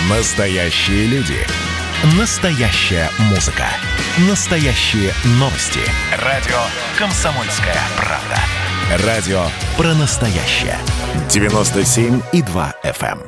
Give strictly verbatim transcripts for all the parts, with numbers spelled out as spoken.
Настоящие люди. Настоящая музыка. Настоящие новости. Радио «Комсомольская правда». Радио про настоящее. девяносто семь и два эф эм.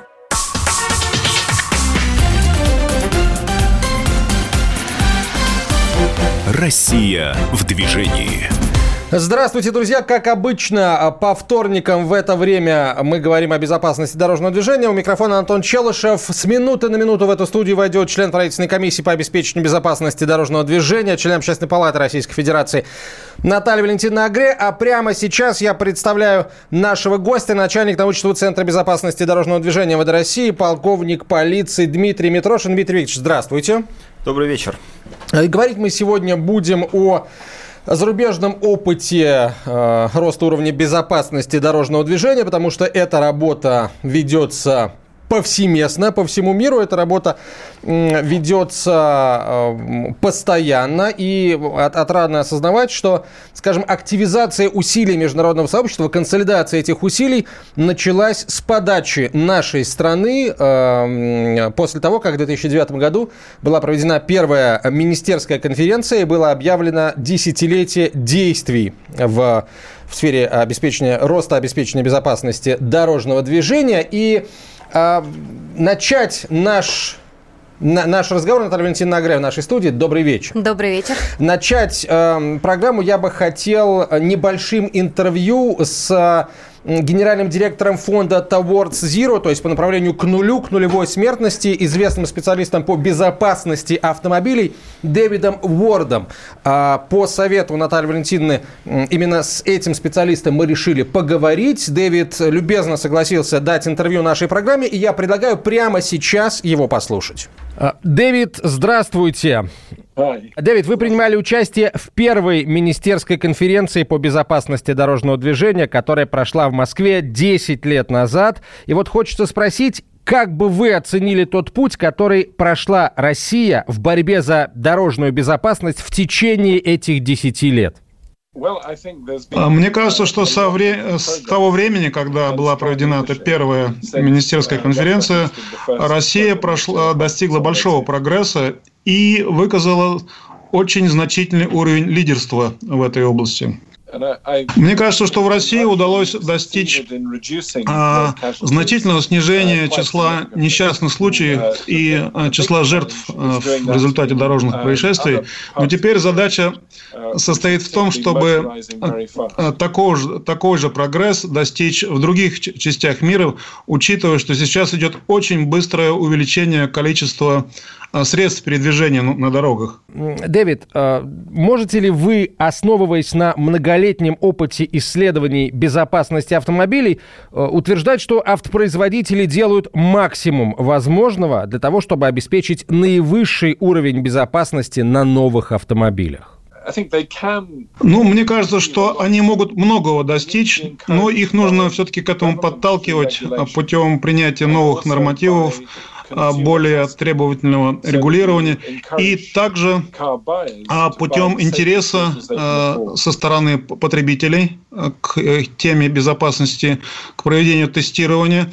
Россия в движении. Здравствуйте, друзья! Как обычно, по вторникам в это время мы говорим о безопасности дорожного движения. У микрофона Антон Челышев. С минуты на минуту в эту студию войдет член правительственной комиссии по обеспечению безопасности дорожного движения, член Общественной палаты Российской Федерации Наталья Валентиновна Агре. А прямо сейчас я представляю нашего гостя, начальник научного центра безопасности дорожного движения МВД России, полковник полиции Дмитрий Митрошин. Дмитрий Викторович, здравствуйте. Добрый вечер. И говорить мы сегодня будем о зарубежном опыте э, роста уровня безопасности дорожного движения, потому что эта работа ведется повсеместно, по всему миру. Эта работа э, ведется э, постоянно, и от, отрадно осознавать, что, скажем, активизация усилий международного сообщества, консолидация этих усилий началась с подачи нашей страны э, после того, как в две тысячи девятом году была проведена первая министерская конференция и было объявлено десятилетие действий в, в сфере обеспечения, роста обеспечения безопасности дорожного движения. И э, начать наш... Наш разговор, Наталья Валентиновна Агре в нашей студии. Добрый вечер. Добрый вечер. Начать э, программу я бы хотел небольшим интервью с генеральным директором фонда Towards Zero, то есть по направлению к нулю, к нулевой смертности, известным специалистом по безопасности автомобилей Дэвидом Уордом. А по совету Натальи Валентиновны именно с этим специалистом мы решили поговорить. Дэвид любезно согласился дать интервью нашей программе, и я предлагаю прямо сейчас его послушать. Дэвид, здравствуйте. Hi. Дэвид, вы принимали участие в первой министерской конференции по безопасности дорожного движения, которая прошла в Москве десять лет назад. И вот хочется спросить, как бы вы оценили тот путь, который прошла Россия в борьбе за дорожную безопасность в течение этих десяти лет? Мне кажется, что со вре... с того времени, когда была проведена эта первая министерская конференция, Россия прошла, достигла большого прогресса и выказала очень значительный уровень лидерства в этой области. Мне кажется, что в России удалось достичь а, значительного снижения числа несчастных случаев и а, числа жертв а, в результате дорожных происшествий. Но теперь задача состоит в том, чтобы а, такой же, такой же прогресс достичь в других частях мира, учитывая, что сейчас идет очень быстрое увеличение количества средств передвижения на дорогах. Дэвид, можете ли вы, основываясь на многолетнем опыте исследований безопасности автомобилей, утверждать, что автопроизводители делают максимум возможного для того, чтобы обеспечить наивысший уровень безопасности на новых автомобилях? Ну, мне кажется, что они могут многого достичь, но их нужно все-таки к этому подталкивать путем принятия новых нормативов, более требовательного регулирования и также путем интереса со стороны потребителей к теме безопасности, к проведению тестирования,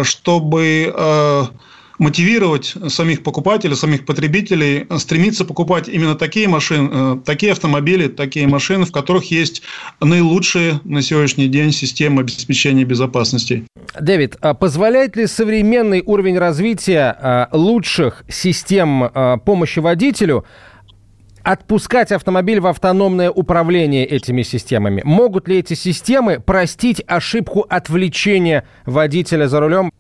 чтобы мотивировать самих покупателей, самих потребителей стремиться покупать именно такие машины, такие автомобили, такие машины, в которых есть наилучшие на сегодняшний день системы обеспечения безопасности. Дэвид, позволяет ли современный уровень развития лучших систем помощи водителю отпускать автомобиль в автономное управление этими системами? Могут ли эти системы простить ошибку отвлечения водителя за рулем?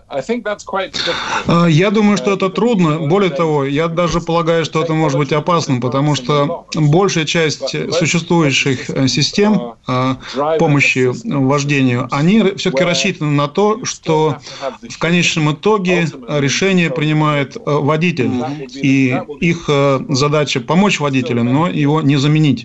Я думаю, что это трудно. Более того, я даже полагаю, что это может быть опасным, потому что большая часть существующих систем помощи вождению, они все-таки рассчитаны на то, что в конечном итоге решение принимает водитель. И их задача помочь водителю, но его не заменить.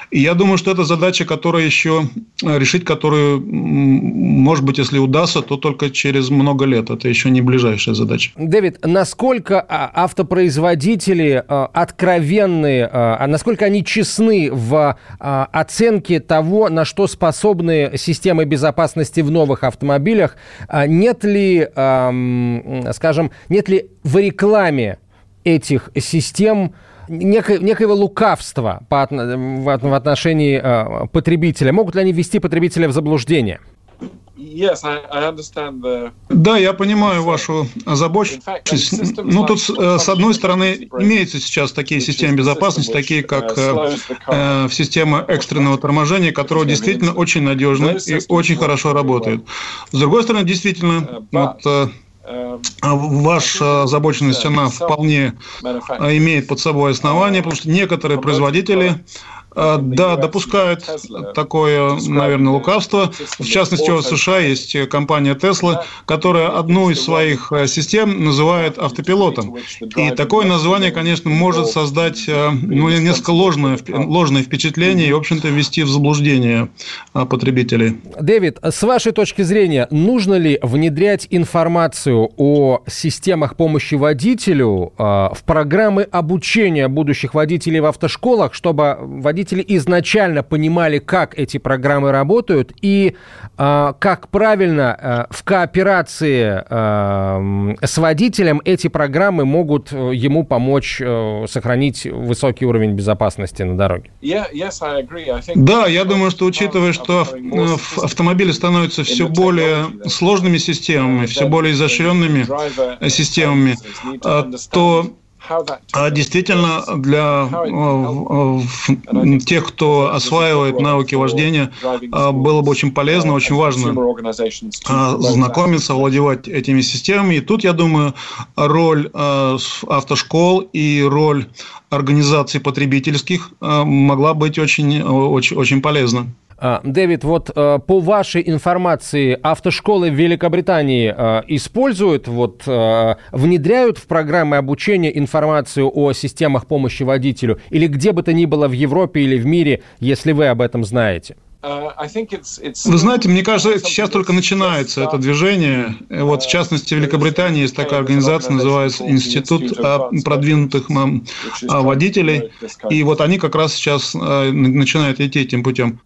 И я думаю, что это задача, которая еще решить, которую, может быть, если удастся, то только через много лет. Это еще не ближайшая задача. Дэвид, насколько автопроизводители откровенны, насколько они честны в оценке того, на что способны системы безопасности в новых автомобилях? Нет ли, скажем, нет ли в рекламе этих систем Неко, некоего лукавства по, в, в отношении э, потребителя? Могут ли они ввести потребителя в заблуждение? Yes, I, I understand the... Да, я понимаю вашу озабоченность. Ну, тут, с одной стороны, имеются сейчас такие системы безопасности, такие как э, система экстренного торможения, которая действительно очень надежна и очень хорошо работает. С другой стороны, действительно, вот, э, ваша озабоченность, она вполне имеет под собой основание, потому что некоторые производители, да, допускают такое, наверное, лукавство. В частности, в США есть компания Tesla, которая одну из своих систем называет автопилотом. И такое название, конечно, может создать ну, несколько ложное, ложное впечатление и, в общем-то, ввести в заблуждение потребителей. Дэвид, с вашей точки зрения, нужно ли внедрять информацию о системах помощи водителю в программы обучения будущих водителей в автошколах, чтобы водители изначально понимали, как эти программы работают и э, как правильно э, в кооперации э, с водителем эти программы могут ему помочь э, сохранить высокий уровень безопасности на дороге? Да, я думаю, что учитывая, что автомобили становятся все более сложными системами, все более изощренными системами, то действительно, для тех, кто осваивает навыки вождения, было бы очень полезно, очень важно знакомиться, овладевать этими системами. И тут, я думаю, роль автошкол и роль организаций потребительских могла быть очень, очень, очень полезна. Дэвид, вот по вашей информации, автошколы в Великобритании используют, вот, внедряют в программы обучения информацию о системах помощи водителю? Или где бы то ни было в Европе или в мире, если вы об этом знаете? Вы знаете, мне кажется, сейчас только начинается это движение. Вот, в частности, в Великобритании есть такая организация, называется Институт продвинутых водителей. И вот они как раз сейчас начинают идти этим путем.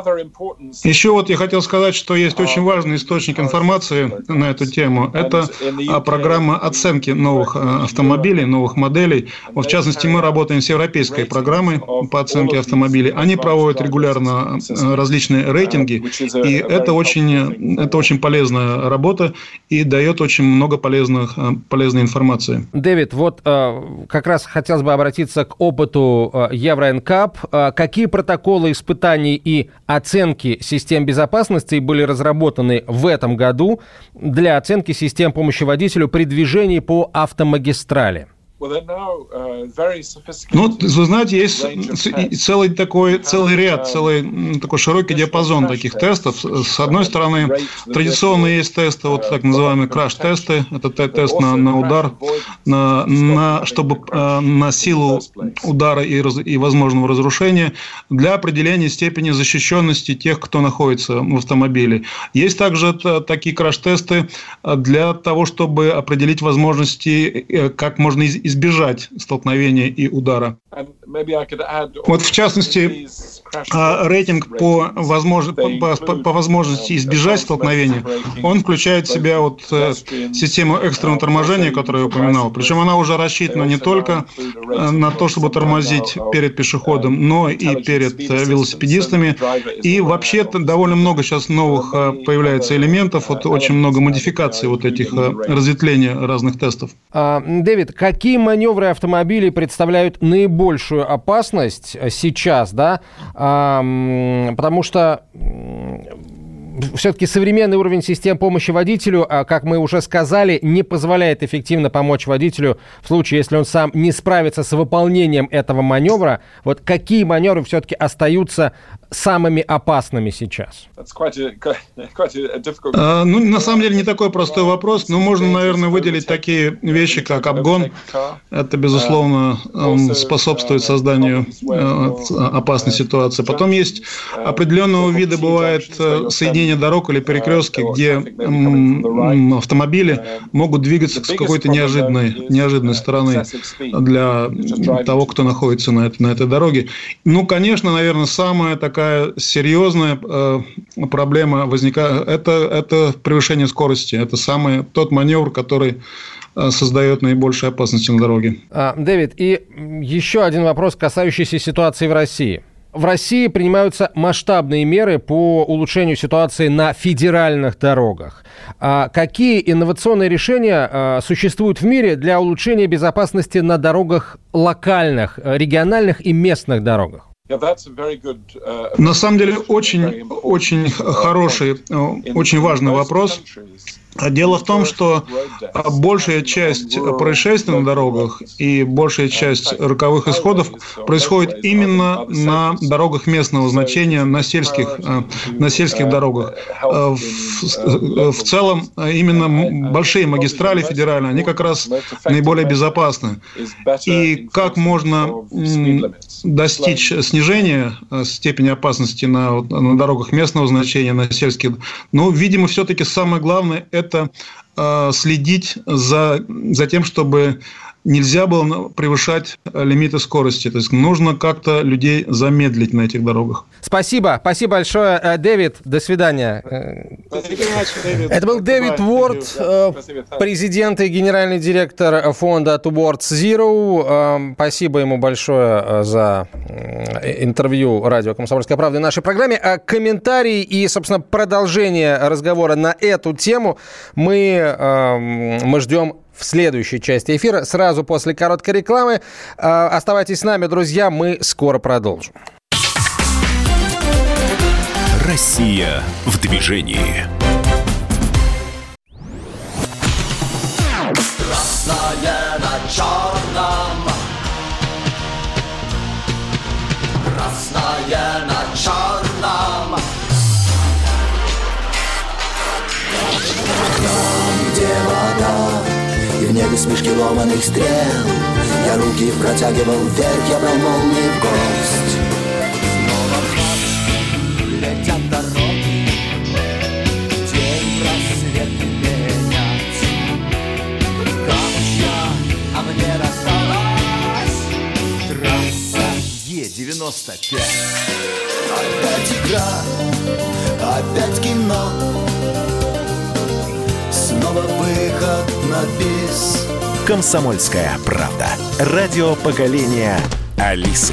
Еще вот я хотел сказать, что есть очень важный источник информации на эту тему. Это программа оценки новых автомобилей, новых моделей. Вот, в частности, мы работаем с европейской программой по оценке автомобилей. Они проводят регулярно различные рейтинги, и это очень, это очень полезная работа и дает очень много полезных, полезной информации. Дэвид, вот как раз хотелось бы обратиться к опыту Euro эн кап. Какие протоколы испытаний и оценки систем безопасности были разработаны в этом году для оценки систем помощи водителю при движении по автомагистрали? Ну, вы знаете, есть целый такой, целый ряд, целый такой широкий диапазон таких тестов. С одной стороны, традиционно есть тесты, вот так называемые краш-тесты. Это тест на, на удар, на, на, чтобы на силу удара и, и возможного разрушения для определения степени защищенности тех, кто находится в автомобиле. Есть также такие краш-тесты для того, чтобы определить возможности, как можно из избежать столкновения и удара. Вот, в частности, рейтинг по, возможно, по, по, по возможности избежать столкновения, он включает в себя вот систему экстренного торможения, которую я упоминал. Причем она уже рассчитана не только на то, чтобы тормозить перед пешеходом, но и перед велосипедистами. И вообще довольно много сейчас новых появляется элементов, вот очень много модификаций вот этих разветвлений разных тестов. Дэвид, какие маневры автомобилей представляют наибольшую опасность сейчас, да, потому что все-таки современный уровень систем помощи водителю, как мы уже сказали, не позволяет эффективно помочь водителю в случае, если он сам не справится с выполнением этого маневра. Вот какие маневры все-таки остаются самыми опасными сейчас? А, ну, на самом деле, не такой простой вопрос, но можно, наверное, выделить такие вещи, как обгон. Это, безусловно, способствует созданию опасной ситуации. Потом есть определенного вида, бывает, соединение дорог или перекрестки, где автомобили могут двигаться с какой-то неожиданной, неожиданной стороны для того, кто находится на этой, на этой дороге. Ну, конечно, наверное, самая такая серьезная э, проблема возникает, это, это превышение скорости. Это самый тот маневр, который э, создает наибольшую опасность на дороге. А, Дэвид, и еще один вопрос, касающийся ситуации в России. В России принимаются масштабные меры по улучшению ситуации на федеральных дорогах. А какие инновационные решения а, существуют в мире для улучшения безопасности на дорогах локальных, региональных и местных дорогах? На самом деле, очень, очень хороший, очень важный вопрос. Дело в том, что большая часть происшествий на дорогах и большая часть роковых исходов происходит именно на дорогах местного значения, на сельских, на сельских дорогах. В, в целом, именно большие магистрали федеральные, они как раз наиболее безопасны. И как можно достичь снижения степени опасности на, на дорогах местного значения, на сельских? Ну, видимо, все-таки самое главное – это следить за, за тем, чтобы нельзя было превышать лимиты скорости. То есть нужно как-то людей замедлить на этих дорогах. Спасибо. Спасибо большое, Дэвид. До свидания. Спасибо, Дэвид. Это был Дэвид Уорд, президент и генеральный директор фонда Towards Zero. Спасибо ему большое за интервью радио «Комсомольская правда» в нашей программе. Комментарии и, собственно, продолжение разговора на эту тему мы, мы ждем в следующей части эфира, сразу после короткой рекламы. Оставайтесь с нами, друзья, мы скоро продолжим. Россия в движении. Красное на черном. Красное на черном. Там, где вода, и в небе вспышки ломаных стрел, я руки протягивал вверх, я брал молнии в гость. Снова в ночь летят дороги, день рассвет менять. Камушья, а мне досталась трасса Е девяносто пять. Опять игра, опять кино, снова выход на бис. «Комсомольская правда». Радио поколения Алисы.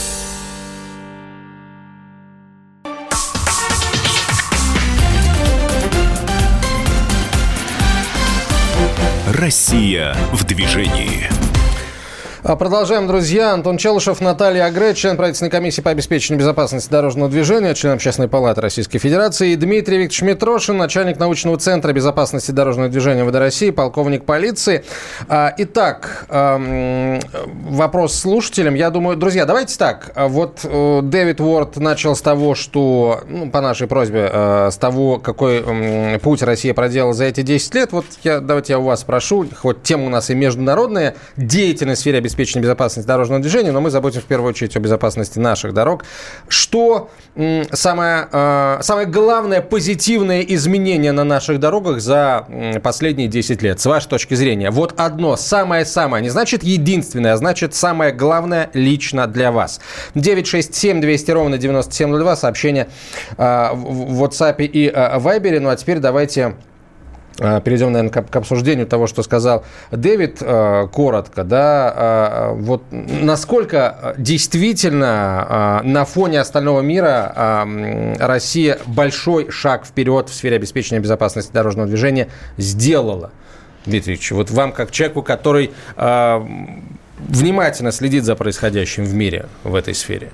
Россия в движении. Продолжаем, друзья. Антон Челышев, Наталья Агре, член правительственной комиссии по обеспечению безопасности дорожного движения, член Общественной палаты Российской Федерации, и Дмитрий Викторович Митрошин, начальник научного центра безопасности дорожного движения ВД России, полковник полиции. Итак, вопрос слушателям. Я думаю, друзья, давайте так. Вот Дэвид Уорд начал с того, что, ну, по нашей просьбе, с того, какой путь Россия проделала за эти десять лет. Вот я, давайте я у вас спрошу, хоть тема у нас и международная, деятельность в сфере обеспечения обеспечения безопасности дорожного движения, но мы заботимся в первую очередь о безопасности наших дорог. Что м, самое, э, самое главное позитивное изменение на наших дорогах за м, последние десять лет, с вашей точки зрения? Вот одно, самое-самое, не значит единственное, а значит самое главное лично для вас. девять шесть семь двести ровно девяносто семь ноль два, сообщение э, в, в WhatsApp и э, Viber. Ну а теперь давайте перейдем, наверное, к обсуждению того, что сказал Дэвид, коротко, да, вот насколько действительно на фоне остального мира Россия большой шаг вперед в сфере обеспечения безопасности дорожного движения сделала? Дмитрий Ильич, вот вам, как человеку, который внимательно следит за происходящим в мире в этой сфере.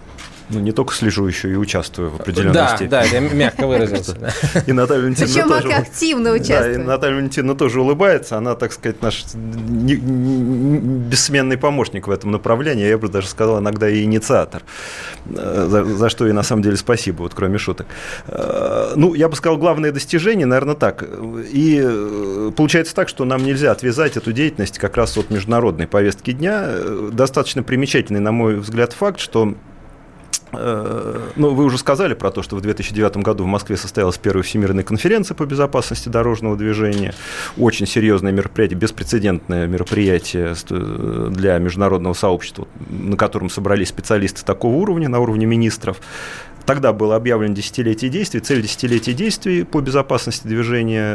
Ну, не только слежу, еще и участвую в определенной да, степени. Да, я мягко выразился. И Наталья Валентиновна тоже... Причем активно участвует. Да, и Наталья Валентиновна тоже улыбается. Она, так сказать, наш бессменный помощник в этом направлении. Я бы даже сказал, иногда и инициатор. За, за что ей, на самом деле, спасибо, вот кроме шуток. Ну, я бы сказал, главное достижение, наверное, так. И получается так, что нам нельзя отвязать эту деятельность как раз от международной повестки дня. Достаточно примечательный, на мой взгляд, факт, что ну, вы уже сказали про то, что в две тысячи девятом году в Москве состоялась первая всемирная конференция по безопасности дорожного движения. Очень серьезное мероприятие, беспрецедентное мероприятие для международного сообщества, на котором собрались специалисты такого уровня, на уровне министров. Тогда было объявлено десятилетие действий. Цель десятилетия действий по безопасности движения,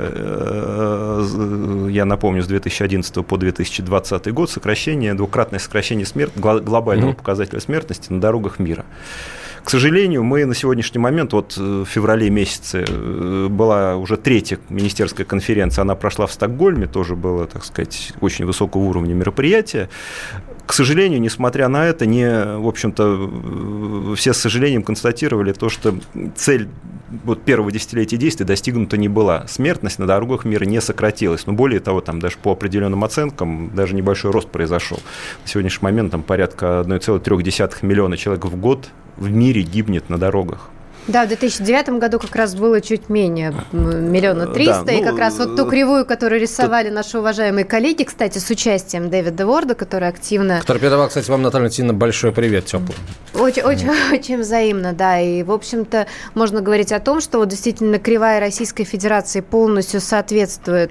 я напомню, с две тысячи одиннадцатого по две тысячи двадцатый год сокращение, двукратное сокращение смерт, глобального mm-hmm. показателя смертности на дорогах мира. К сожалению, мы на сегодняшний момент, вот в феврале месяце была уже третья министерская конференция, она прошла в Стокгольме, тоже было, так сказать, очень высокого уровня мероприятие. К сожалению, несмотря на это, не, в общем-то, все с сожалением констатировали то, что цель вот первого десятилетия действий достигнута не была. Смертность на дорогах мира не сократилась. Но более того, там даже по определенным оценкам даже небольшой рост произошел. На сегодняшний момент там порядка одна целая три десятых миллиона человек в год в мире гибнет на дорогах. Да, в две тысячи девятом году как раз было чуть менее миллиона триста, да, ну, и как раз вот ту кривую, которую рисовали то... наши уважаемые коллеги, кстати, с участием Дэвида Уорда, который активно... Который передавал, кстати, вам, Наталья Валентиновна, большой привет, теплый. Очень, очень, очень взаимно, да, и, в общем-то, можно говорить о том, что вот действительно кривая Российской Федерации полностью соответствует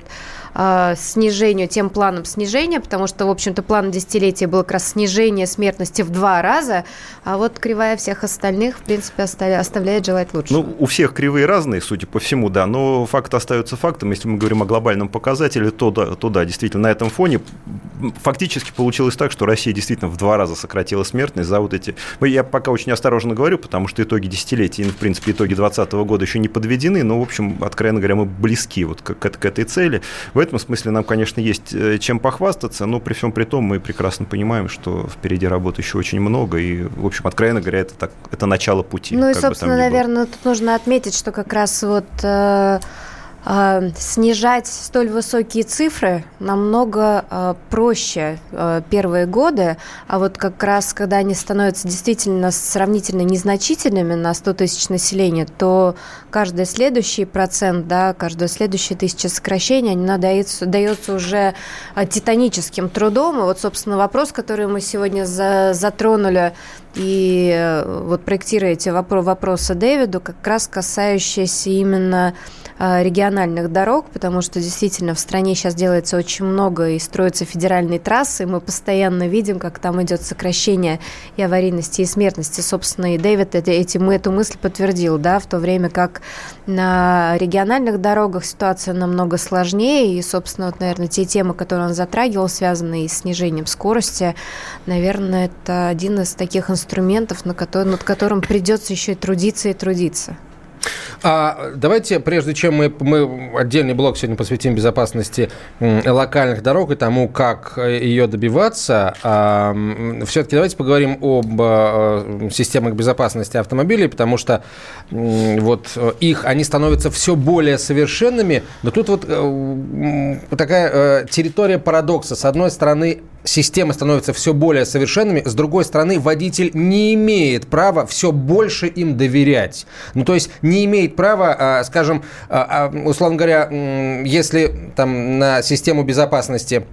э, снижению, тем планам снижения, потому что, в общем-то, план десятилетия был как раз снижение смертности в два раза, а вот кривая всех остальных, в принципе, оставляет желать лучшего. Ну, у всех кривые разные, судя по всему, да, но факт остается фактом. Если мы говорим о глобальном показателе, то да, то да, действительно, на этом фоне фактически получилось так, что Россия действительно в два раза сократила смертность за вот эти... Я пока очень осторожно говорю, потому что итоги десятилетия, в принципе, итоги двадцатого года еще не подведены, но, в общем, откровенно говоря, мы близки вот к, к этой цели. В этом смысле нам, конечно, есть чем похвастаться, но при всем при том мы прекрасно понимаем, что впереди работы еще очень много, и, в общем, откровенно говоря, это, так, это начало пути. Ну и, собственно, наверное, тут нужно отметить, что как раз вот э, э, снижать столь высокие цифры намного э, проще э, первые годы, а вот как раз, когда они становятся действительно сравнительно незначительными на сто тысяч населения, то каждый следующий процент, да, каждая следующая тысяча сокращений, она дается, дается уже э, титаническим трудом. И вот, собственно, вопрос, который мы сегодня за, затронули, и вот проектируя эти вопросы Дэвиду, как раз касающиеся именно региональных дорог, потому что действительно в стране сейчас делается очень много и строятся федеральные трассы, и мы постоянно видим, как там идет сокращение и аварийности, и смертности. Собственно, и Дэвид этим, эту мысль подтвердил, да, в то время как на региональных дорогах ситуация намного сложнее, и, собственно, вот, наверное, те темы, которые он затрагивал, связанные с снижением скорости, наверное, это один из таких инструментов, на который, над которым придется еще и трудиться и трудиться. А давайте, прежде чем мы, мы отдельный блок сегодня посвятим безопасности локальных дорог и тому, как ее добиваться, а, все-таки давайте поговорим об а, системах безопасности автомобилей, потому что вот их, они становятся все более совершенными, но тут вот а, такая а, территория парадокса. С одной стороны, системы становятся все более совершенными, с другой стороны, водитель не имеет права все больше им доверять. Ну, то есть не имеет права, скажем, условно говоря, если там на систему безопасности,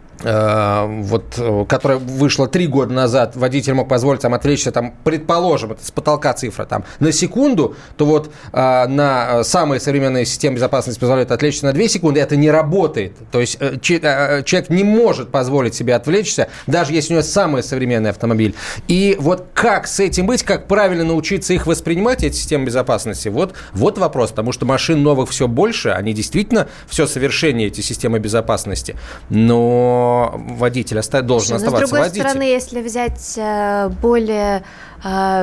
вот, которая вышла три года назад, водитель мог позволить там отвлечься, там, предположим, это с потолка цифра, там, на секунду, то вот э, на самые современные системы безопасности позволяют отвлечься на две секунды, это не работает. То есть э, че, э, человек не может позволить себе отвлечься, даже если у него самый современный автомобиль. И вот как с этим быть, как правильно научиться их воспринимать, эти системы безопасности, вот, вот вопрос, потому что машин новых все больше, они действительно все совершеннее, эти системы безопасности, но водитель оста- должен Слушай, оставаться водителем. С другой стороны, если взять более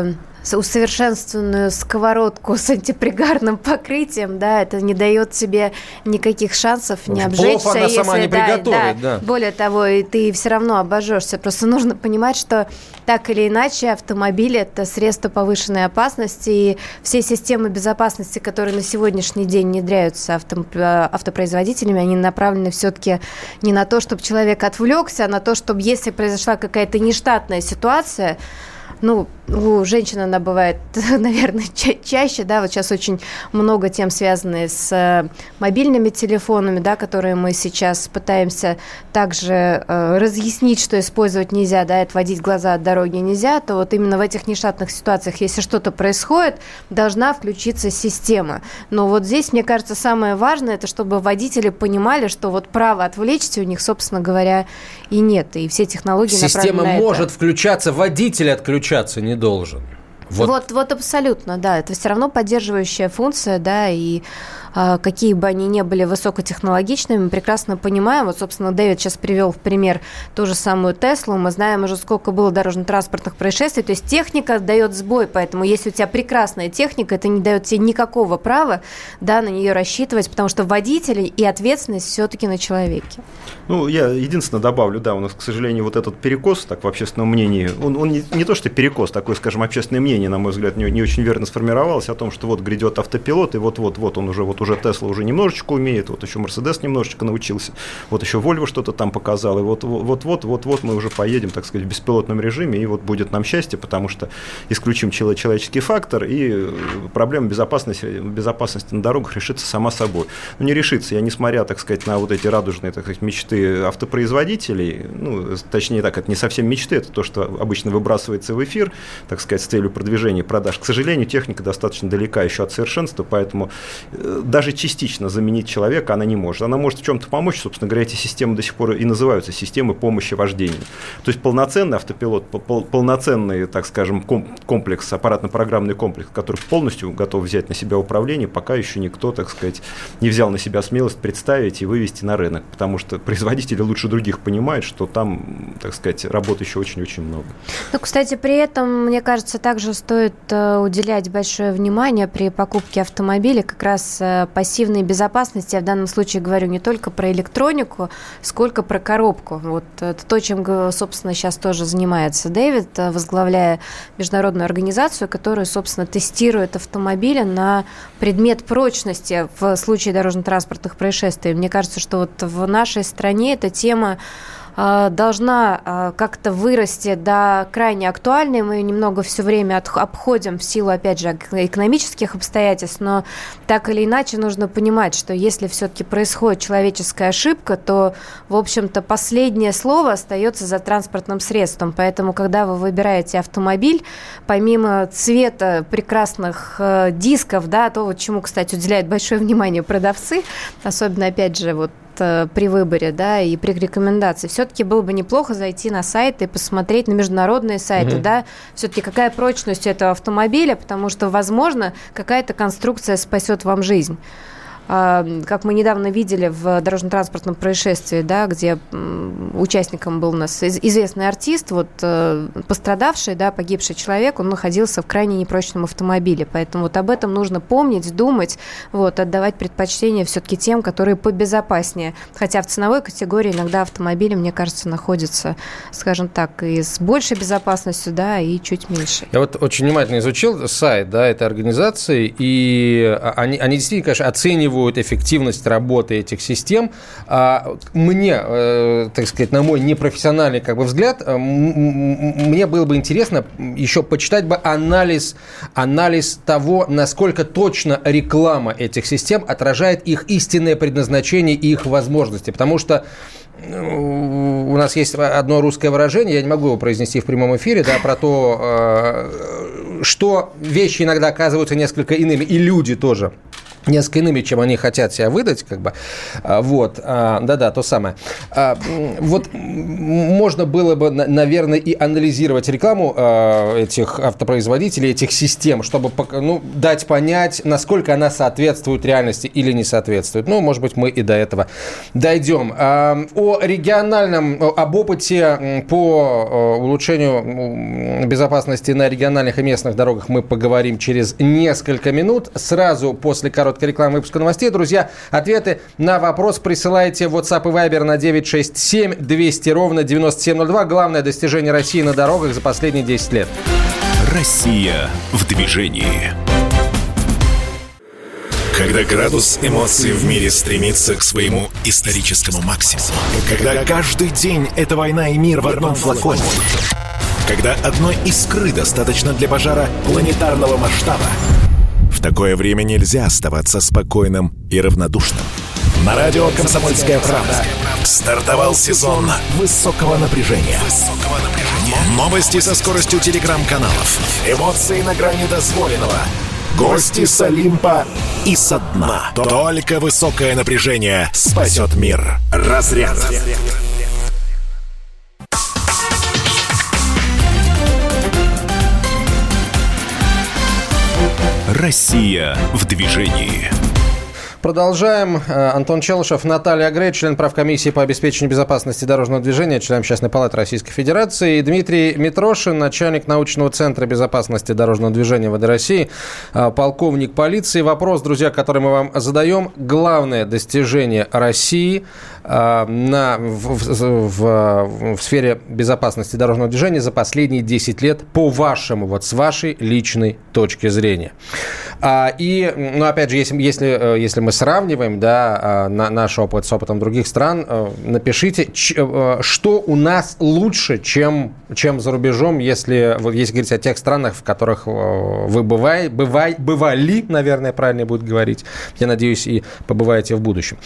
усовершенствованную сковородку с антипригарным покрытием, да, это не дает тебе никаких шансов не обжечься. Плов она если, сама не да, приготовит, да. да. Более того, и ты все равно обожжешься. Просто нужно понимать, что так или иначе автомобиль – это средство повышенной опасности, и все системы безопасности, которые на сегодняшний день внедряются авто, автопроизводителями, они направлены все-таки не на то, чтобы человек отвлекся, а на то, чтобы, если произошла какая-то нештатная ситуация, ну, у женщин она бывает, наверное, ча- чаще, да, вот сейчас очень много тем, связанных с э, мобильными телефонами, да, которые мы сейчас пытаемся также э, разъяснить, что использовать нельзя, да, отводить глаза от дороги нельзя, то вот именно в этих нештатных ситуациях, если что-то происходит, должна включиться система. Но вот здесь, мне кажется, самое важное, это чтобы водители понимали, что вот право отвлечься у них, собственно говоря, и нет, и все технологии Система направлены на может это. включаться, водитель отключаться не должен. Вот. Вот, вот абсолютно, да. Это все равно поддерживающая функция, да, и а, какие бы они ни были высокотехнологичными, мы прекрасно понимаем. Вот, собственно, Дэвид сейчас привел в пример ту же самую Теслу. Мы знаем уже, сколько было дорожно-транспортных происшествий. То есть техника дает сбой, поэтому если у тебя прекрасная техника, это не дает тебе никакого права, да, на нее рассчитывать, потому что водители и ответственность все-таки на человеке. Ну, я единственное добавлю, да, у нас, к сожалению, вот этот перекос, так, в общественном мнении, он, он не, не то, что перекос, такое, скажем, общественное мнение, на мой взгляд, не, не очень верно сформировалось о том, что вот грядет автопилот, и вот-вот-вот он уже, вот уже Тесла уже немножечко умеет, вот еще Мерседес немножечко научился, вот еще Вольво что-то там показал, и вот-вот-вот-вот мы уже поедем, так сказать, в беспилотном режиме, и вот будет нам счастье, потому что исключим человеческий фактор, и проблема безопасности, безопасности на дорогах решится сама собой. Но не решится, я, несмотря, так сказать, на вот эти радужные, так сказать, мечты автопроизводителей, ну, точнее так, это не совсем мечты, это то, что обычно выбрасывается в эфир, так сказать, с целью продвижения продаж. К сожалению, техника достаточно далека еще от совершенства, поэтому даже частично заменить человека она не может. Она может в чем-то помочь, собственно говоря, эти системы до сих пор и называются системы помощи вождению. То есть полноценный автопилот, полноценный, так скажем, комплекс, аппаратно-программный комплекс, который полностью готов взять на себя управление, пока еще никто, так сказать, не взял на себя смелость представить и вывести на рынок, потому что производители лучше других понимают, что там, так сказать, работы еще очень-очень много. Ну, кстати, при этом, мне кажется, также стоит э, уделять большое внимание при покупке автомобиля как раз э, пассивной безопасности. Я в данном случае говорю не только про электронику, сколько про коробку. Вот это то, чем, собственно, сейчас тоже занимается Дэвид, возглавляя международную организацию, которая, собственно, тестирует автомобили на предмет прочности в случае дорожно-транспортных происшествий. Мне кажется, что вот в нашей стране эта тема должна как-то вырасти до крайне актуальной. Мы ее немного все время обходим в силу, опять же, экономических обстоятельств, но так или иначе нужно понимать, что если все-таки происходит человеческая ошибка, то, в общем-то, последнее слово остается за транспортным средством. Поэтому, когда вы выбираете автомобиль, помимо цвета прекрасных дисков, да, то, вот чему, кстати, уделяют большое внимание продавцы, особенно, опять же, вот при выборе, да, и при рекомендации, все-таки было бы неплохо зайти на сайты и посмотреть на международные сайты, mm-hmm. да, все-таки какая прочность у этого автомобиля, потому что, возможно, какая-то конструкция спасет вам жизнь. Как мы недавно видели в дорожно-транспортном происшествии, да, где участником был у нас известный артист, вот пострадавший, да, погибший человек, он находился в крайне непрочном автомобиле, поэтому вот об этом нужно помнить, думать, вот, отдавать предпочтение все-таки тем, которые побезопаснее, хотя в ценовой категории иногда автомобили, мне кажется, находятся, скажем так, и с большей безопасностью, да, и чуть меньше. Я вот очень внимательно изучил сайт, да, этой организации, и они, они действительно, конечно, оценивают эффективность работы этих систем. Мне, так сказать, на мой непрофессиональный как бы взгляд, мне было бы интересно еще почитать бы анализ, анализ того, насколько точно реклама этих систем отражает их истинное предназначение и их возможности. Потому что у нас есть одно русское выражение, я не могу его произнести в прямом эфире, да, про то, что вещи иногда оказываются несколько иными, и люди тоже. несколько иными, чем они хотят себя выдать, как бы, вот, да-да, то самое. Вот можно было бы, наверное, и анализировать рекламу этих автопроизводителей, этих систем, чтобы, ну, дать понять, насколько она соответствует реальности или не соответствует. Ну, может быть, мы и до этого дойдем. О региональном, об опыте по улучшению безопасности на региональных и местных дорогах мы поговорим через несколько минут, сразу после короткого рекламы выпуска новостей. Друзья, ответы на вопрос присылайте в WhatsApp и Viber на девять шесть семь двести ровно девяносто семь ноль два. Главное достижение России на дорогах за последние десять лет. Россия в движении. Когда градус эмоций в мире стремится к своему историческому максимуму. Когда каждый день — это война и мир в одном флаконе. Когда одной искры достаточно для пожара планетарного масштаба. В такое время нельзя оставаться спокойным и равнодушным. На радио «Комсомольская правда» стартовал сезон высокого напряжения. Новости со скоростью телеграм-каналов. Эмоции на грани дозволенного. Гости с Олимпа и со дна. Только высокое напряжение спасет мир. Разряд. Россия в движении. Продолжаем. Антон Челышев, Наталья Грей, член правкомиссии по обеспечению безопасности дорожного движения, член Общественной палаты Российской Федерации, и Дмитрий Митрошин, начальник научного центра безопасности дорожного движения ВД России, полковник полиции. Вопрос, друзья, который мы вам задаем. Главное достижение России на, в, в, в сфере безопасности дорожного движения за последние десять лет, по вашему, вот с вашей личной точки зрения. И, ну, опять же, если, если, если мы сравниваем, да, наш опыт с опытом других стран, напишите, что у нас лучше, чем, чем за рубежом, если, вот, если говорить о тех странах, в которых вы бывай, бывай, бывали, наверное, правильно будет говорить. Я надеюсь, и побываете в будущем.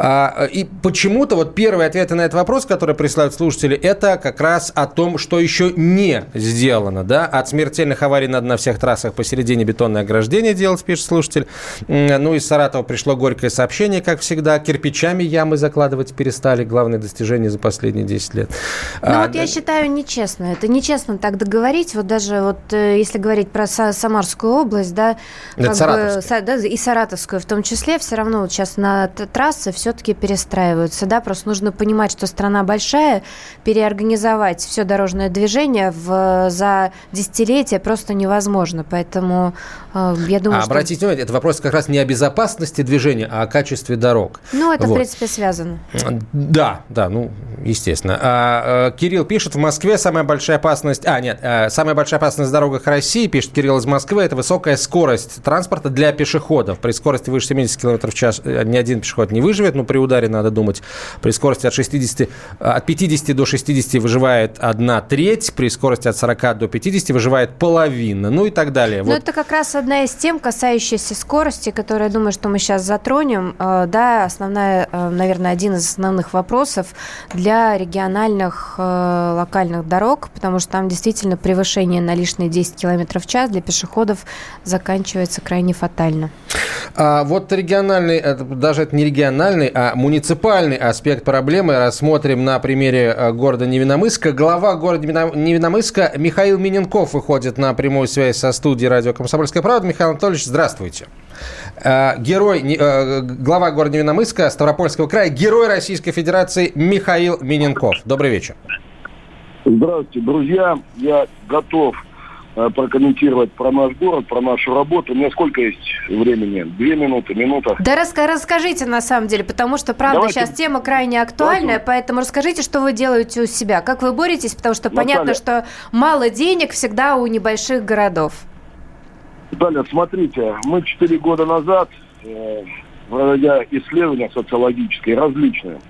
И почему-то вот первые ответы на этот вопрос, которые присылают слушатели, это как раз о том, что еще не сделано. Да? От смертельных аварий надо на всех трассах посередине бетонное ограждение делать, пишет слушатель. Ну, из Саратова пришло горькое сообщение, как всегда. Кирпичами ямы закладывать перестали. Главное достижение за последние десять лет. Ну, а, вот да... я считаю нечестно. Это нечестно так договорить. Вот даже вот если говорить про Самарскую область, да, как бы, да, и Саратовскую в том числе, все равно вот сейчас на трассы все-таки перестраиваются. Да? Просто нужно понимать, что страна большая, переорганизовать все дорожное движение в, за десятилетия просто невозможно. Поэтому э, я думаю, а что... обратите внимание, это вопрос как раз не о безопасности движения, а о качестве дорог. Ну, это, вот. В принципе, связано. Да, да, ну, естественно. А, а, Кирилл пишет, в Москве самая большая опасность... А, нет, а, самая большая опасность на дорогах России, пишет Кирилл из Москвы, это высокая скорость транспорта для пешеходов. При скорости выше семьдесят километров в час ни один пешеход не выживет, но при ударе, надо думать, при скорости от, шестидесяти, от пятидесяти до шестидесяти выживает одна треть, при скорости от сорока до пятидесяти выживает половина, ну и так далее. Ну, вот. Это как раз одна из тем, касающихся скорости, которую, я думаю, что мы сейчас затронем. Да, основная, наверное, один из основных вопросов для региональных локальных дорог, потому что там действительно превышение на лишние десять километров в час для пешеходов заканчивается крайне фатально. А вот региональный, даже это не региональный, а муниципальный аспект проблемы рассмотрим на примере города Невинномысска. Глава города Невинномысска Михаил Миненков выходит на прямую связь со студией радио «Комсомольская правда». Михаил Анатольевич, здравствуйте. Герой, глава города Невинномысска, Ставропольского края, герой Российской Федерации Михаил Миненков. Добрый вечер. Здравствуйте, друзья. Я готов прокомментировать про наш город, про нашу работу. У меня сколько есть времени? Две минуты, минута? Да раска- расскажите, на самом деле, потому что, правда, давайте, сейчас тема крайне актуальная, давайте. Поэтому расскажите, что вы делаете у себя, как вы боретесь, потому что Наталья, понятно, что мало денег всегда у небольших городов. Наталья, смотрите, мы четыре года назад, э, проводя исследования социологические, различные,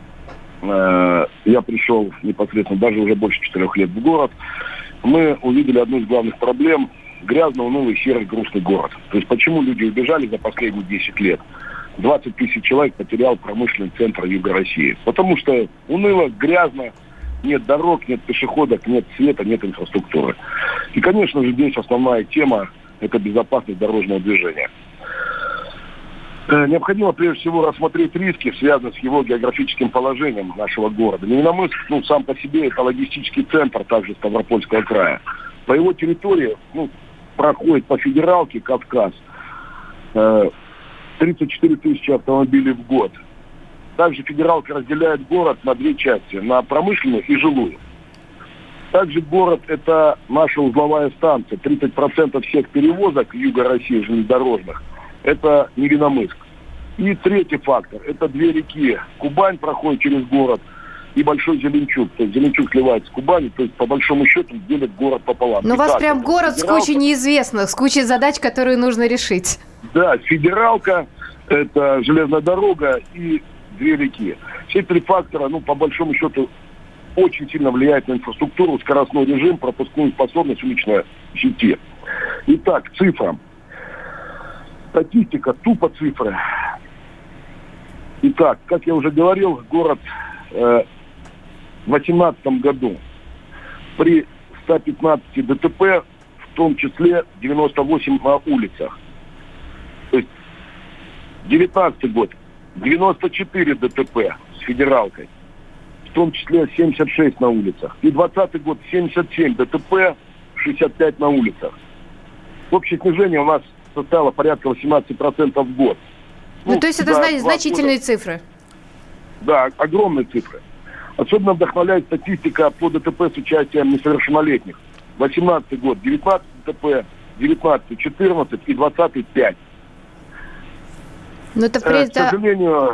э, я пришел непосредственно, даже уже больше четырех лет в город, мы увидели одну из главных проблем – грязный, унылый, серый, грустный город. То есть почему люди убежали за последние десять лет? двадцать тысяч человек потерял промышленный центр Юга России. Потому что уныло, грязно, нет дорог, нет пешеходов, нет света, нет инфраструктуры. И, конечно же, здесь основная тема – это безопасность дорожного движения. Необходимо прежде всего рассмотреть риски, связанные с его географическим положением нашего города. Невиномысск, ну, сам по себе это логистический центр также Ставропольского края. По его территории, ну, проходит по федералке Кавказ э, тридцать четыре тысячи автомобилей в год. Также федералка разделяет город на две части, на промышленную и жилую. Также город – это наша узловая станция. тридцать процентов всех перевозок юга России железнодорожных – это Невиномысск. И третий фактор – это две реки. Кубань проходит через город и Большой Зеленчук. То есть Зеленчук сливается с Кубани, то есть по большому счету делит город пополам. Но у вас прям город с кучей неизвестных, с кучей задач, которые нужно решить. Да, федералка – это железная дорога и две реки. Все три фактора, ну, по большому счету, очень сильно влияет на инфраструктуру, скоростной режим, пропускную способность уличной сети. Итак, цифрам. Статистика, тупо цифры. Итак, как я уже говорил, город э, в две тысячи восемнадцатом году при ста пятнадцати ДТП, в том числе девяносто восемь на улицах. То есть девятнадцатый год девяносто четыре ДТП с федералкой, в том числе семьдесят шесть на улицах. И двадцатый год семьдесят семь ДТП, шестьдесят пять на улицах. Общее снижение у нас составило порядка восемнадцать процентов в год. Ну, ну то есть это зна- значительные года. Цифры. Да, огромные цифры. Особенно вдохновляет статистика по ДТП с участием несовершеннолетних. восемнадцатый год девятнадцать ДТП, девятнадцатый четырнадцать и двадцатый пять. Ну, это при... э, к сожалению...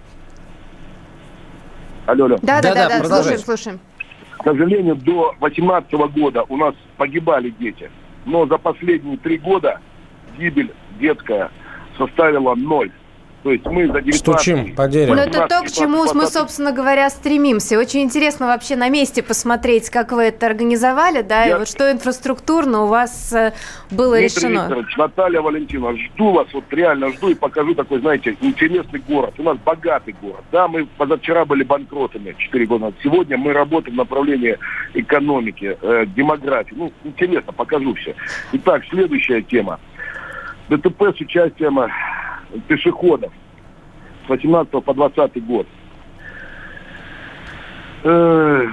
Алло, алло. Да, да, да, да, да. слушаем, слушаем. К сожалению, до восемнадцатого года у нас погибали дети. Но за последние три года гибель детская составила ноль. То есть мы за девятнадцать... Стучим по дереву. Ну, это то, к чему мы, собственно говоря, стремимся. Очень интересно вообще на месте посмотреть, как вы это организовали, да, Я... и вот что инфраструктурно у вас было Дмитрий решено. Викторович, Наталья Валентиновна, жду вас, вот реально жду и покажу такой, знаете, интересный город. У нас богатый город. Да, мы позавчера были банкротами четыре года назад. Сегодня мы работаем в направлении экономики, э, демографии. Ну, интересно, покажу все. Итак, следующая тема. ДТП с участием пешеходов с восемнадцатого по двадцатый год. Э-э-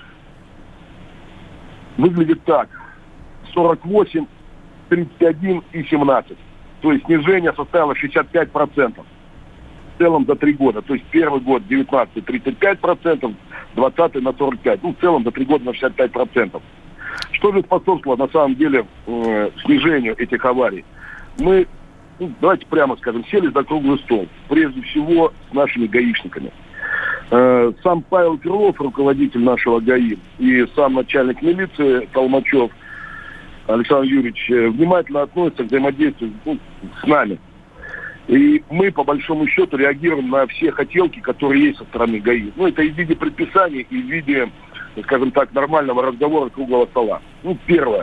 выглядит так. сорок восемь, тридцать один и семнадцать. То есть снижение составило шестьдесят пять процентов. В целом за три года. То есть первый год девятнадцатый тридцать пять процентов, двадцатый на сорок пять процентов. Ну, в целом за три года на шестьдесят пять процентов. Что же способствовало на самом деле э- снижению этих аварий? Мы, ну, давайте прямо скажем, сели за круглый стол. Прежде всего с нашими гаишниками. Э, сам Павел Крылов, руководитель нашего ГАИ, и сам начальник милиции Толмачев Александр Юрьевич э, внимательно относятся к взаимодействию, ну, с нами. И мы, по большому счету, реагируем на все хотелки, которые есть со стороны ГАИ. Ну, это и в виде предписаний, и в виде, скажем так, нормального разговора круглого стола. Ну, первое.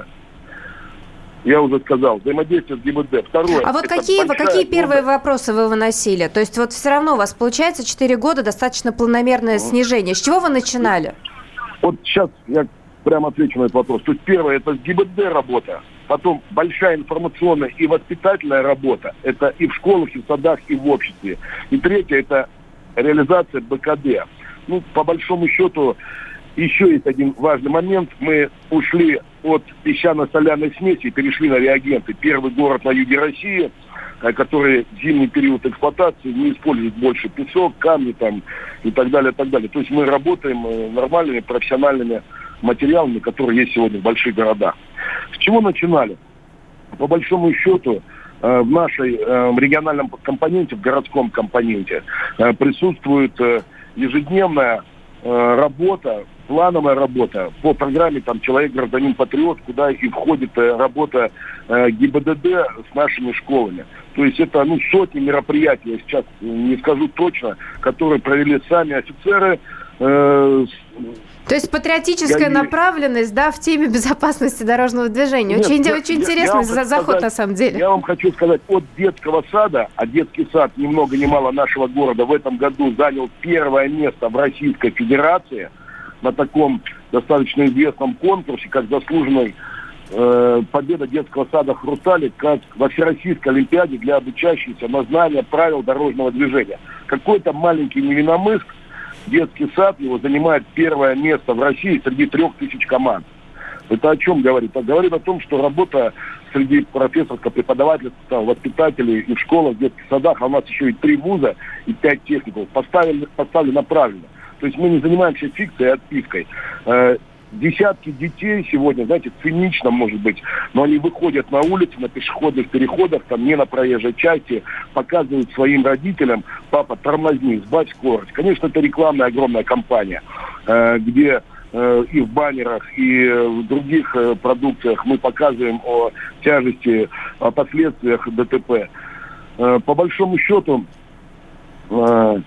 Я уже сказал, взаимодействие с ГИБДД. Второе. А вот какие, какие первые вопросы вы выносили? То есть вот все равно у вас получается четыре года достаточно планомерное снижение. С чего вы начинали? Вот сейчас я прямо отвечу на этот вопрос. То есть первое, это с ГИБДД работа. Потом большая информационная и воспитательная работа. Это и в школах, и в садах, и в обществе. И третье, это реализация БКД. Ну, по большому счету, еще есть один важный момент. Мы ушли от песчано-соляной смеси и перешли на реагенты. Первый город на юге России, который в зимний период эксплуатации не использует больше песок, камни там и так далее, и так далее. То есть мы работаем нормальными профессиональными материалами, которые есть сегодня в больших городах. С чего начинали? По большому счету, в нашей региональном компоненте, в городском компоненте присутствует ежедневная работа, плановая работа по программе там «Человек, гражданин, патриот», куда и входит работа ГИБДД с нашими школами. То есть это ну, сотни мероприятий, я сейчас не скажу точно, которые провели сами офицеры. Э, То есть патриотическая я... направленность, да, в теме безопасности дорожного движения. Нет, очень я, очень я, интересный я заход сказать, на самом деле. Я вам хочу сказать, от детского сада, а детский сад ни много ни мало нашего города в этом году занял первое место в Российской Федерации, Федерации, на таком достаточно известном конкурсе, как заслуженный, э, ну, скажем так, нормального разговора круглого стола. Ну, первое. Я вам хочу сказать, от детского сада, а детский сад ни много ни мало нашего города в этом году занял первое место в Российской Федерации на таком достаточно известном конкурсе, как заслуженный э, победа детского сада «Хрусталик» как во Всероссийской Олимпиаде для обучающихся на знание правил дорожного движения. Какой-то маленький Невинномысск, детский сад его занимает первое место в России среди трех тысяч команд. Это о чем говорит? Это говорит о том, что работа среди профессорско-преподавательства, воспитателей и в школах, в детских садах, а у нас еще и три вуза и пять техникумов, поставили, поставлено правильно. То есть мы не занимаемся фикцией и отпиской. Э, десятки детей сегодня, знаете, цинично, может быть, но они выходят на улицу, на пешеходных переходах, там не на проезжей части, показывают своим родителям: папа, тормозни, сбавь скорость. Конечно, это рекламная огромная кампания, э, где э, и в баннерах, и в других э, продукциях мы показываем о тяжести, о последствиях ДТП. Э, по большому счету, э,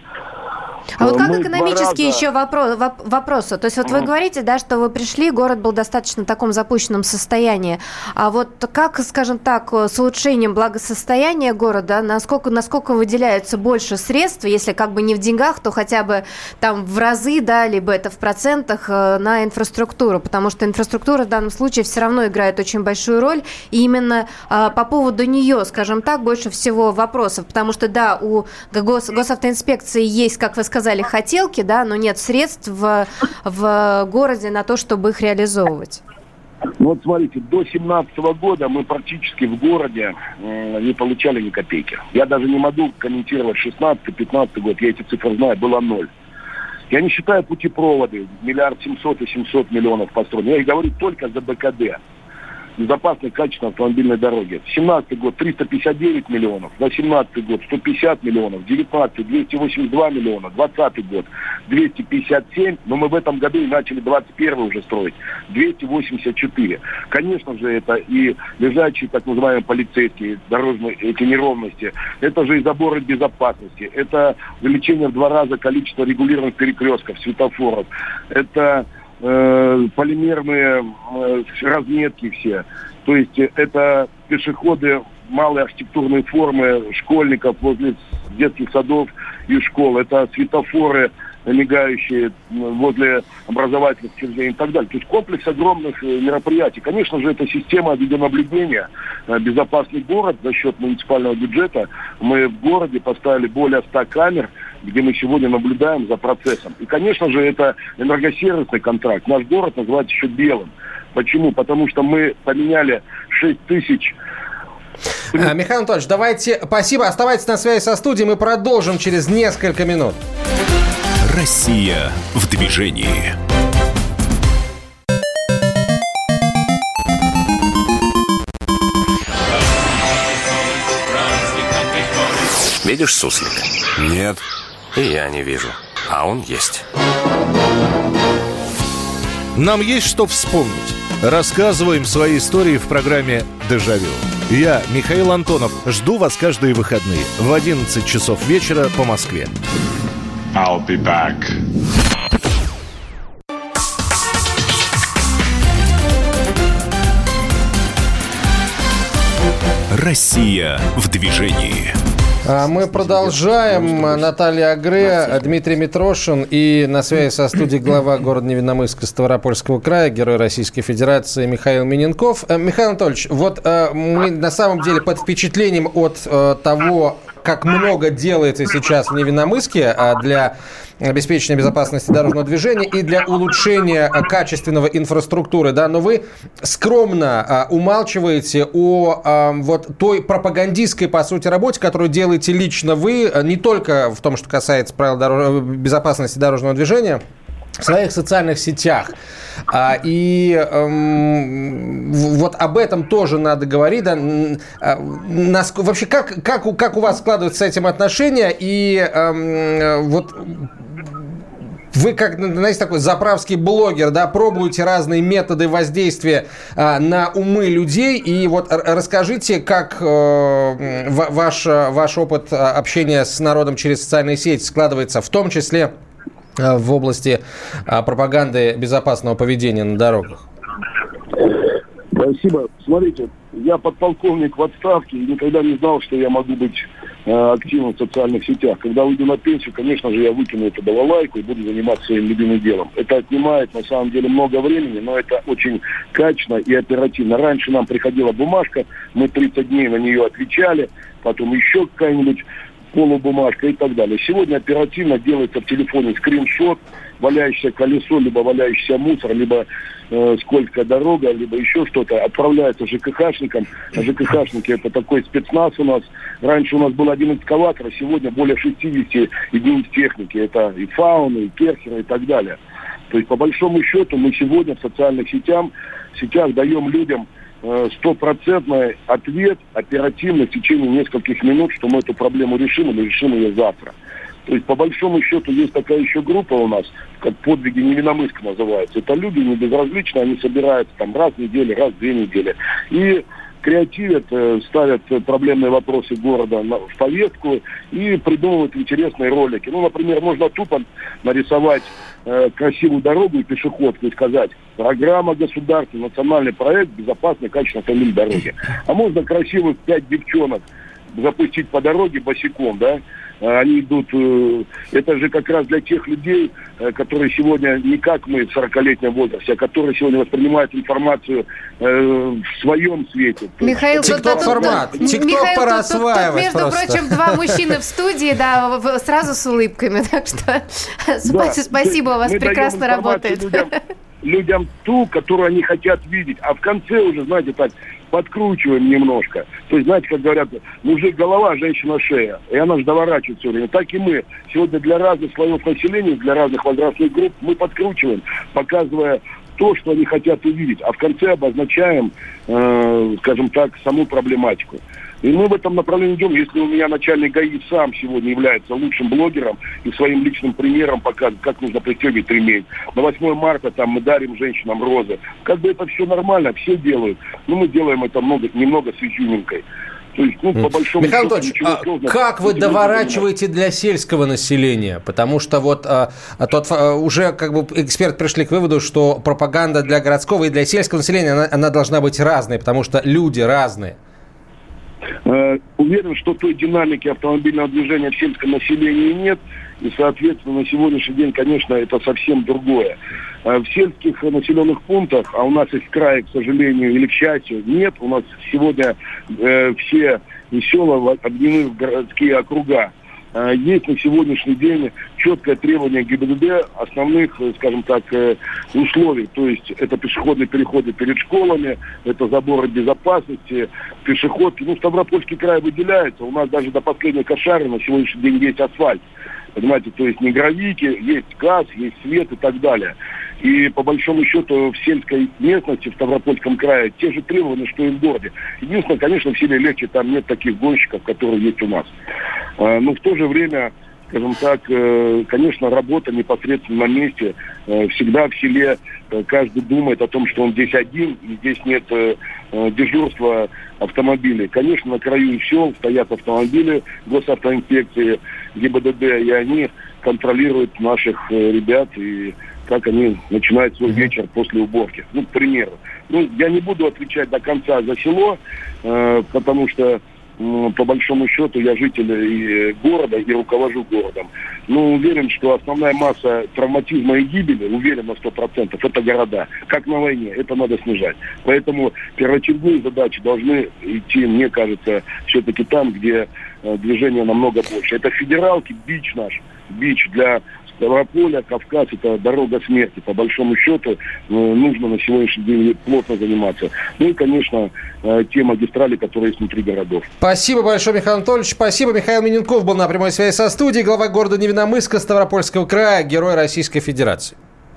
А вот как мы экономические раза... еще вопро- воп- вопросы? То есть вот вы говорите, да, что вы пришли, город был достаточно в таком запущенном состоянии. А вот как, скажем так, с улучшением благосостояния города, насколько, насколько выделяется больше средств, если как бы не в деньгах, то хотя бы там в разы, да, либо это в процентах на инфраструктуру? Потому что инфраструктура в данном случае все равно играет очень большую роль. И именно а, по поводу нее, скажем так, больше всего вопросов. Потому что, да, у гос- госавтоинспекции есть, как вы сказали, сказали, хотелки, да, но нет средств в, в городе на то, чтобы их реализовывать. Ну вот смотрите, до две тысячи семнадцатого года мы практически в городе э, не получали ни копейки. Я даже не могу комментировать шестнадцатый-пятнадцатый год, я эти цифры знаю, было ноль. Я не считаю путепроводы, миллиард семьсот и семьсот миллионов построены. Я их говорю только за БКД. Безопасной, качественной автомобильной дороги. семнадцатый год триста пятьдесят девять миллионов, восемнадцатый год сто пятьдесят миллионов, девятнадцатый двести восемьдесят два миллиона, двадцатый год двести пятьдесят семь, но мы в этом году и начали двадцать первый уже строить, двести восемьдесят четыре. Конечно же, это и лежачие, так называемые, полицейские дорожные эти неровности, это же и заборы безопасности, это увеличение в два раза количества регулированных перекрестков, светофоров, это Э, полимерные э, разметки все. То есть это пешеходы, малые архитектурные формы школьников возле детских садов и школ. Это светофоры, мигающие возле образовательных учреждений и так далее. То есть комплекс огромных мероприятий. Конечно же, это система видеонаблюдения. Безопасный город за счет муниципального бюджета. Мы в городе поставили более ста камер, где мы сегодня наблюдаем за процессом. И, конечно же, это энергосервисный контракт. Наш город называется еще белым. Почему? Потому что мы поменяли шесть тысяч... А, Михаил Анатольевич, давайте... Спасибо. Оставайтесь на связи со студией. Мы продолжим через несколько минут. Россия в движении. Видишь суслика? Нет. И я не вижу. А он есть. Нам есть что вспомнить. Рассказываем свои истории в программе «Дежавю». Я, Михаил Антонов, жду вас каждые выходные в одиннадцать часов вечера по Москве. I'll be back. Россия в движении. Мы продолжаем. Наталья Агре, Дмитрий Митрошин и на связи со студией глава города Невинномысска Ставропольского края, герой Российской Федерации Михаил Миненков. Михаил Анатольевич, вот мы на самом деле под впечатлением от того, как много делается сейчас в Невинномысске для обеспечения безопасности дорожного движения и для улучшения качественного инфраструктуры, да, но вы скромно а, умалчиваете о а, вот той пропагандистской, по сути, работе, которую делаете лично вы, не только в том, что касается правил дорож... безопасности дорожного движения, в своих социальных сетях. А, и эм, вот об этом тоже надо говорить. Да, а, нас, вообще, как, как, у, как у вас складываются с этим отношения? И эм, вот вы, как, знаете, такой заправский блогер, да, пробуете разные методы воздействия а, на умы людей. И вот расскажите, как э, ваш, ваш опыт общения с народом через социальные сети складывается, в том числе в области а, пропаганды безопасного поведения на дорогах. Спасибо. Смотрите, я подполковник в отставке и никогда не знал, что я могу быть активен в социальных сетях. Когда уйду на пенсию, конечно же, я выкину эту балалайку и буду заниматься своим любимым делом. Это отнимает, на самом деле, много времени, но это очень качественно и оперативно. Раньше нам приходила бумажка, мы тридцать дней на нее отвечали, потом еще какая-нибудь полубумажка и так далее. Сегодня оперативно делается в телефоне скриншот, валяющееся колесо, либо валяющийся мусор, либо э, скользкая дорога, либо еще что-то, отправляется ЖКХшникам. А ЖКХшники — это такой спецназ у нас. Раньше у нас был один экскаватор, а сегодня более шестьдесят единиц техники. Это и фауны, и керхеры, и так далее. То есть, по большому счету, мы сегодня в социальных сетях, сетях даем людям стопроцентный ответ оперативно в течение нескольких минут, что мы эту проблему решим или решим ее завтра. То есть, по большому счету, есть такая еще группа у нас, как «Подвиги Невинномысска» называется. Это люди не безразличные, они собираются там раз в неделю, раз в две недели. И креативят, ставят проблемные вопросы города в повестку и придумывают интересные ролики. Ну, например, можно тупо нарисовать э, красивую дорогу и пешеходку и сказать: программа государства, национальный проект безопасной качественной автомобильной дороги. А можно красивых пять девчонок запустить по дороге босиком, да? Они идут, это же как раз для тех людей, которые сегодня не как мы в сорокалетнем возрасте, а которые сегодня воспринимают информацию в своем свете. Михаил, тикток-формат. Тикток пора осваивать. Между прочим, два мужчины в студии, да, сразу с улыбками, так что спасибо, у вас прекрасно работает. Людям ту, которую они хотят видеть, а в конце уже, знаете, так подкручиваем немножко. То есть, знаете, как говорят, мужик голова, женщина шея. И она же доворачивает все время. Так и мы. Сегодня для разных слоев населения, для разных возрастных групп мы подкручиваем, показывая то, что они хотят увидеть. А в конце обозначаем, э, скажем так, саму проблематику. И мы в этом направлении идем. Если у меня начальник ГАИ сам сегодня является лучшим блогером и своим личным примером показывает, как нужно пристегивать ремень. На восьмое марта там мы дарим женщинам розы. Как бы это все нормально, все делают. Но мы делаем это много, немного с изюминкой. То есть, ну, по большому Михаил счету, Анатольевич, а как вы доворачиваете для сельского населения? Потому что вот а, а тот, а, уже как бы эксперты пришли к выводу, что пропаганда для городского и для сельского населения, она, она должна быть разной, потому что люди разные. Э, уверен, что той динамики автомобильного движения в сельском населении нет. И, соответственно, на сегодняшний день, конечно, это совсем другое. В сельских населенных пунктах, а у нас их в крае, к сожалению, или к счастью, нет. У нас сегодня э, все села объединены в городские округа. Э, есть на сегодняшний день четкое требование ГИБДД основных, скажем так, э, условий. То есть это пешеходные переходы перед школами, это заборы безопасности, пешеходки. Ну, Ставропольский край выделяется. У нас даже до последней кошары на сегодняшний день есть асфальт. Понимаете, то есть не гравийки, есть газ, есть свет и так далее. И по большому счету в сельской местности, в Ставропольском крае, те же требования, что и в городе. Единственное, конечно, в селе легче, там нет таких гонщиков, которые есть у нас. Но в то же время, скажем так, конечно, работа непосредственно на месте. Всегда в селе каждый думает о том, что он здесь один, и здесь нет дежурства автомобилей. Конечно, на краю сел стоят автомобили госавтоинспекции, ГИБДД, и они контролируют наших ребят, и как они начинают свой вечер после уборки. Ну, к примеру. Ну, я не буду отвечать до конца за село, э, потому что по большому счету я житель и города, и руковожу городом. Но уверен, что основная масса травматизма и гибели, уверен на сто процентов, это города. Как на войне, это надо снижать. Поэтому первоочередные задачи должны идти, мне кажется, все-таки там, где э, движение намного больше. Это федералки, бич наш, бич для Ставрополя, Кавказ – это дорога смерти. По большому счету нужно на сегодняшний день плотно заниматься. Ну и, конечно, те магистрали, которые есть внутри городов. Спасибо большое, Михаил Анатольевич. Спасибо. Михаил Миненков был на прямой связи со студией. Глава города Невинномысска, Ставропольского края, Герой Российской Федерации.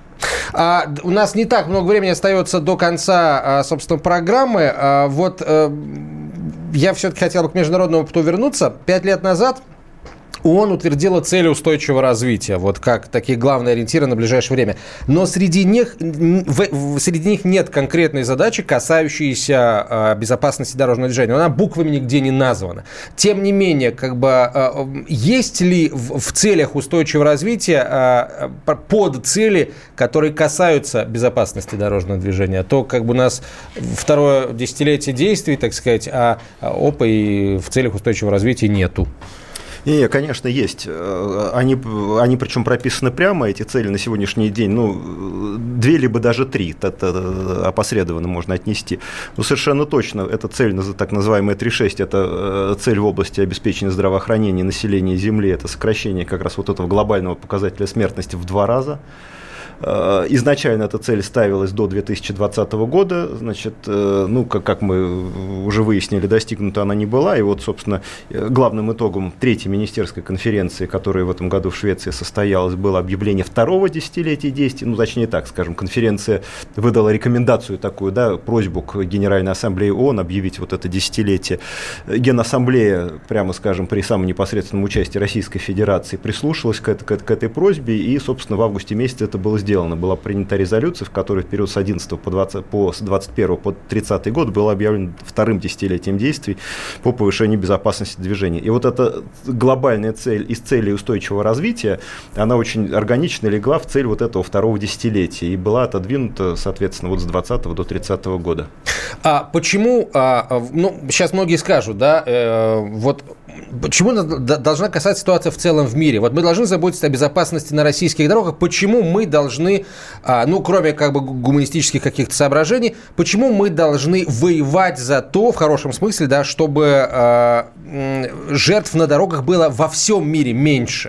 А, у нас не так много времени остается до конца, а, собственно, программы. А, вот а, я все-таки хотел бы к международному опыту вернуться. Пять лет назад ООН утвердила цели устойчивого развития, вот как такие главные ориентиры на ближайшее время. Но среди них, в, среди них нет конкретной задачи, касающейся э, безопасности дорожного движения. Она буквами нигде не названа. Тем не менее, как бы, э, есть ли в, в целях устойчивого развития э, подцели, которые касаются безопасности дорожного движения? То как бы у нас второе десятилетие действий, так сказать, а ОПА и в целях устойчивого развития нету. Не, конечно, есть. Они, они причем прописаны прямо, эти цели на сегодняшний день, ну, две либо даже три, это опосредованно можно отнести. Но совершенно точно, эта цель, так называемая три шесть, это цель в области обеспечения здравоохранения населения Земли, это сокращение как раз вот этого глобального показателя смертности в два раза. Изначально эта цель ставилась до две тысячи двадцатого года, значит, ну, как, как мы уже выяснили, достигнута она не была, и вот, собственно, главным итогом третьей министерской конференции, которая в этом году в Швеции состоялась, было объявление второго десятилетия действий, ну, точнее так, скажем, конференция выдала рекомендацию такую, да, просьбу к Генеральной Ассамблее ООН объявить вот это десятилетие. Генассамблея, прямо скажем, при самом непосредственном участии Российской Федерации прислушалась к, это, к, к этой просьбе, и, собственно, в августе месяце это было сделано. Была принята резолюция, в которой в период с одиннадцатого по двадцать, по, с двадцать первого по тридцатый год было объявлено вторым десятилетием действий по повышению безопасности движения. И вот эта глобальная цель из целей устойчивого развития, она очень органично легла в цель вот этого второго десятилетия и была отодвинута, соответственно, вот с двадцатого до тридцатого года. А почему, а, ну, сейчас многие скажут, да, э, вот почему должна касаться ситуация в целом в мире? Вот мы должны заботиться о безопасности на российских дорогах. Почему мы должны, ну, кроме как бы гуманистических каких-то соображений, почему мы должны воевать за то, в хорошем смысле, да, чтобы э, жертв на дорогах было во всем мире меньше?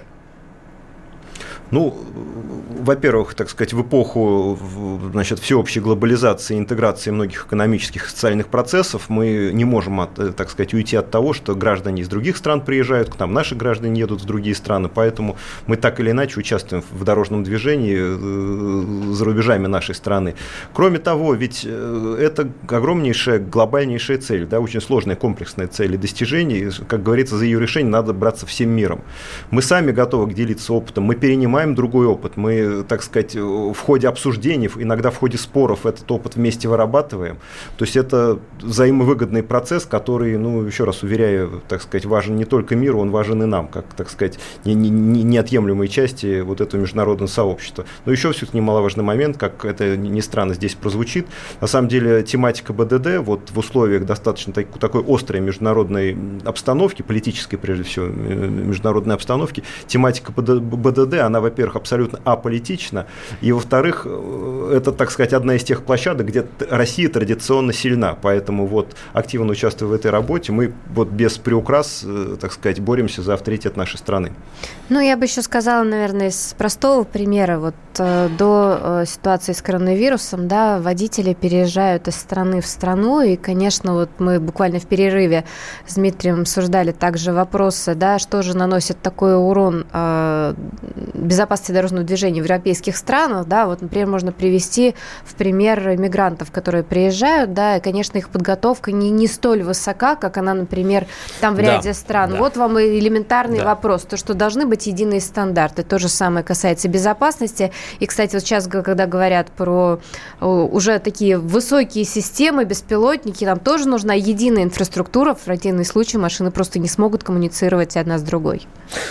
Ну, во-первых, так сказать, в эпоху, значит, всеобщей глобализации, интеграции многих экономических и социальных процессов мы не можем, от, так сказать, уйти от того, что граждане из других стран приезжают к нам, наши граждане едут в другие страны, поэтому мы так или иначе участвуем в дорожном движении за рубежами нашей страны. Кроме того, ведь это огромнейшая, глобальнейшая цель, да, очень сложная, комплексная цель и достижение. Как говорится, за ее решение надо браться всем миром. Мы сами готовы делиться опытом, мы перенимаем другой опыт, мы, так сказать, в ходе обсуждений, иногда в ходе споров этот опыт вместе вырабатываем. То есть это взаимовыгодный процесс, который, ну, еще раз уверяю, так сказать, важен не только миру, он важен и нам, как, так сказать, неотъемлемой части вот этого международного сообщества. Но еще все-таки немаловажный момент, как это ни странно здесь прозвучит, на самом деле тематика БДД вот в условиях достаточно так, такой острой международной обстановки, политической прежде всего международной обстановки, тематика БДД, она, во-первых, абсолютно аполитична, и, во-вторых, это, так сказать, одна из тех площадок, где Россия традиционно сильна, поэтому вот активно участвуя в этой работе, мы вот без приукрас, так сказать, боремся за авторитет нашей страны. Ну, я бы еще сказала, наверное, из простого примера, вот э, до э, ситуации с коронавирусом, да, водители переезжают из страны в страну, и, конечно, вот мы буквально в перерыве с Дмитрием обсуждали также вопросы, да, что же наносит такой урон э, безопасности дорожного движения в европейских странах, да, вот, например, можно привести в пример мигрантов, которые приезжают, да, и, конечно, их подготовка не, не столь высока, как она, например, там в ряде да, стран. Да. Вот вам и элементарный да. вопрос, то, что должны быть единые стандарты. То же самое касается безопасности. И, кстати, вот сейчас, когда говорят про уже такие высокие системы, беспилотники, нам тоже нужна единая инфраструктура. В противном случае машины просто не смогут коммуницировать одна с другой.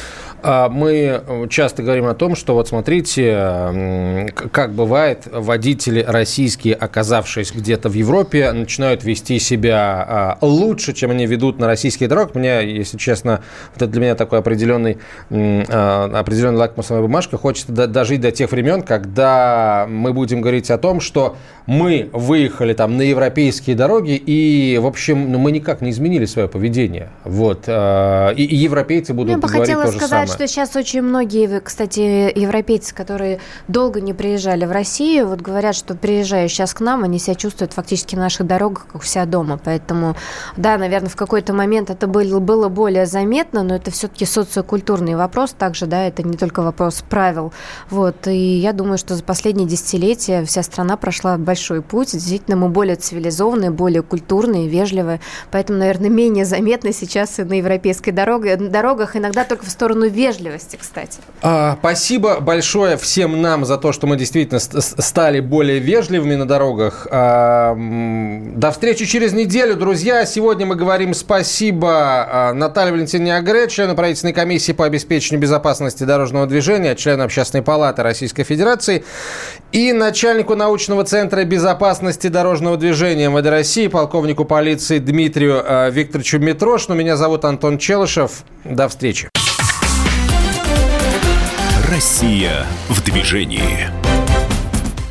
Мы часто говорим о том, что вот смотрите, как бывает, водители российские, оказавшись где-то в Европе, начинают вести себя лучше, чем они ведут на российских дорогах. Мне, если честно, это для меня такой определенный, определенная лакмусовая бумажка. Хочется дожить до тех времен, когда мы будем говорить о том, что мы выехали там на европейские дороги, и, в общем, ну, мы никак не изменили свое поведение. Вот. И, и европейцы будут говорить то же самое. что сейчас очень многие, кстати, европейцы, которые долго не приезжали в Россию, вот говорят, что приезжая сейчас к нам, они себя чувствуют фактически на наших дорогах, как у себя дома. Поэтому, да, наверное, в какой-то момент это было, было более заметно, но это все-таки социокультурный вопрос также, да, это не только вопрос правил. Вот, и я думаю, что за последние десятилетия вся страна прошла большой путь. Действительно, мы более цивилизованные, более культурные, вежливые. Поэтому, наверное, менее заметны сейчас и на европейской дороге, дорогах, иногда только в сторону вежливости, кстати. А, спасибо большое всем нам за то, что мы действительно стали более вежливыми на дорогах. А, до встречи через неделю, друзья. Сегодня мы говорим спасибо Наталье Валентиновне Агре, члену правительственной комиссии по обеспечению безопасности дорожного движения, члену Общественной палаты Российской Федерации и начальнику научного центра безопасности дорожного движения эм вэ дэ России, полковнику полиции Дмитрию э, Викторовичу Митрошину. Меня зовут Антон Челышев. До встречи. Россия в движении.